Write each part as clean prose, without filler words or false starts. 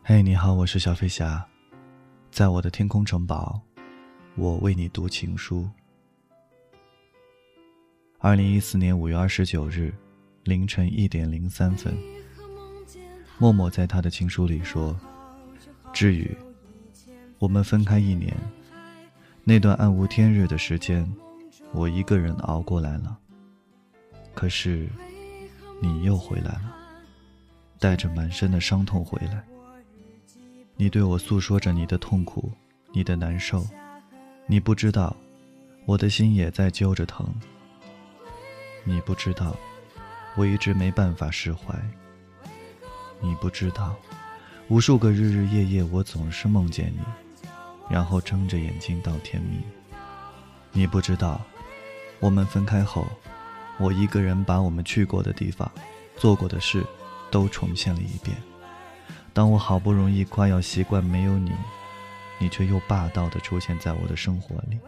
嘿，你好，我是小飞侠，在我的天空城堡，我为你读情书。2014年5月29日凌晨1点03分，默默在他的情书里说：至于我们分开1年，那段暗无天日的时间，我一个人熬过来了。可是你又回来了，带着满身的伤痛回来。你对我诉说着你的痛苦，你的难受，你不知道我的心也在揪着疼。你不知道我一直没办法释怀。你不知道无数个日日夜夜我总是梦见你，然后睁着眼睛到天明。你不知道我们分开后，我一个人把我们去过的地方，做过的事都重现了一遍。当我好不容易快要习惯没有你，你却又霸道地出现在我的生活里。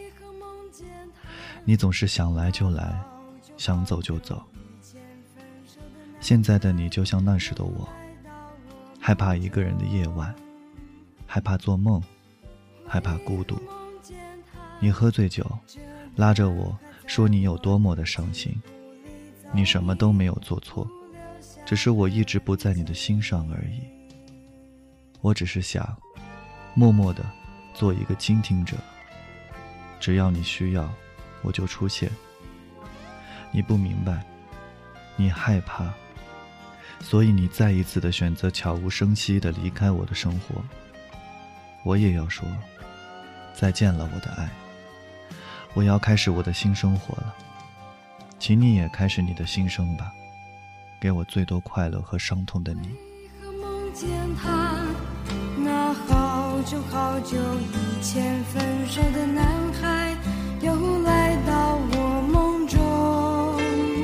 你总是想来就来，想走就走。现在的你就像那时的我，害怕一个人的夜晚，害怕做梦，害怕孤独。你喝醉酒，拉着我说你有多么的伤心。你什么都没有做错，只是我一直不在你的心上而已。我只是想默默地做一个倾听者，只要你需要，我就出现。你不明白，你害怕，所以你再一次地选择悄无声息地离开我的生活。我也要说再见了，我的爱，我要开始我的新生活了。请你也开始你的新生吧，给我最多快乐和伤痛的你。 梦见他，那好久好久以前分手的男孩又来到我梦中。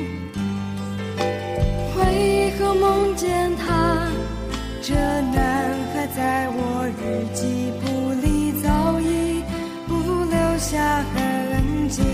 为何梦见他，这男孩在我日记簿里早已不留下痕迹。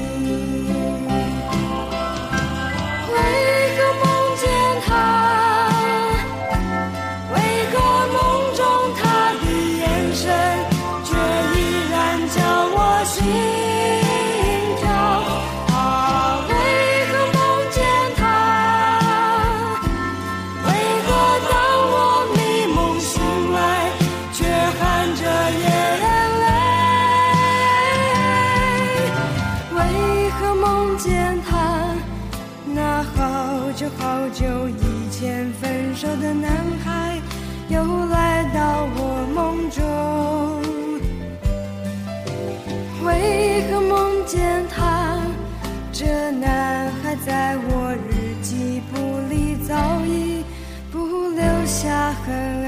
好久以前分手的男孩又来到我梦中。为何梦见他，这男孩在我日记簿里早已不留下痕迹。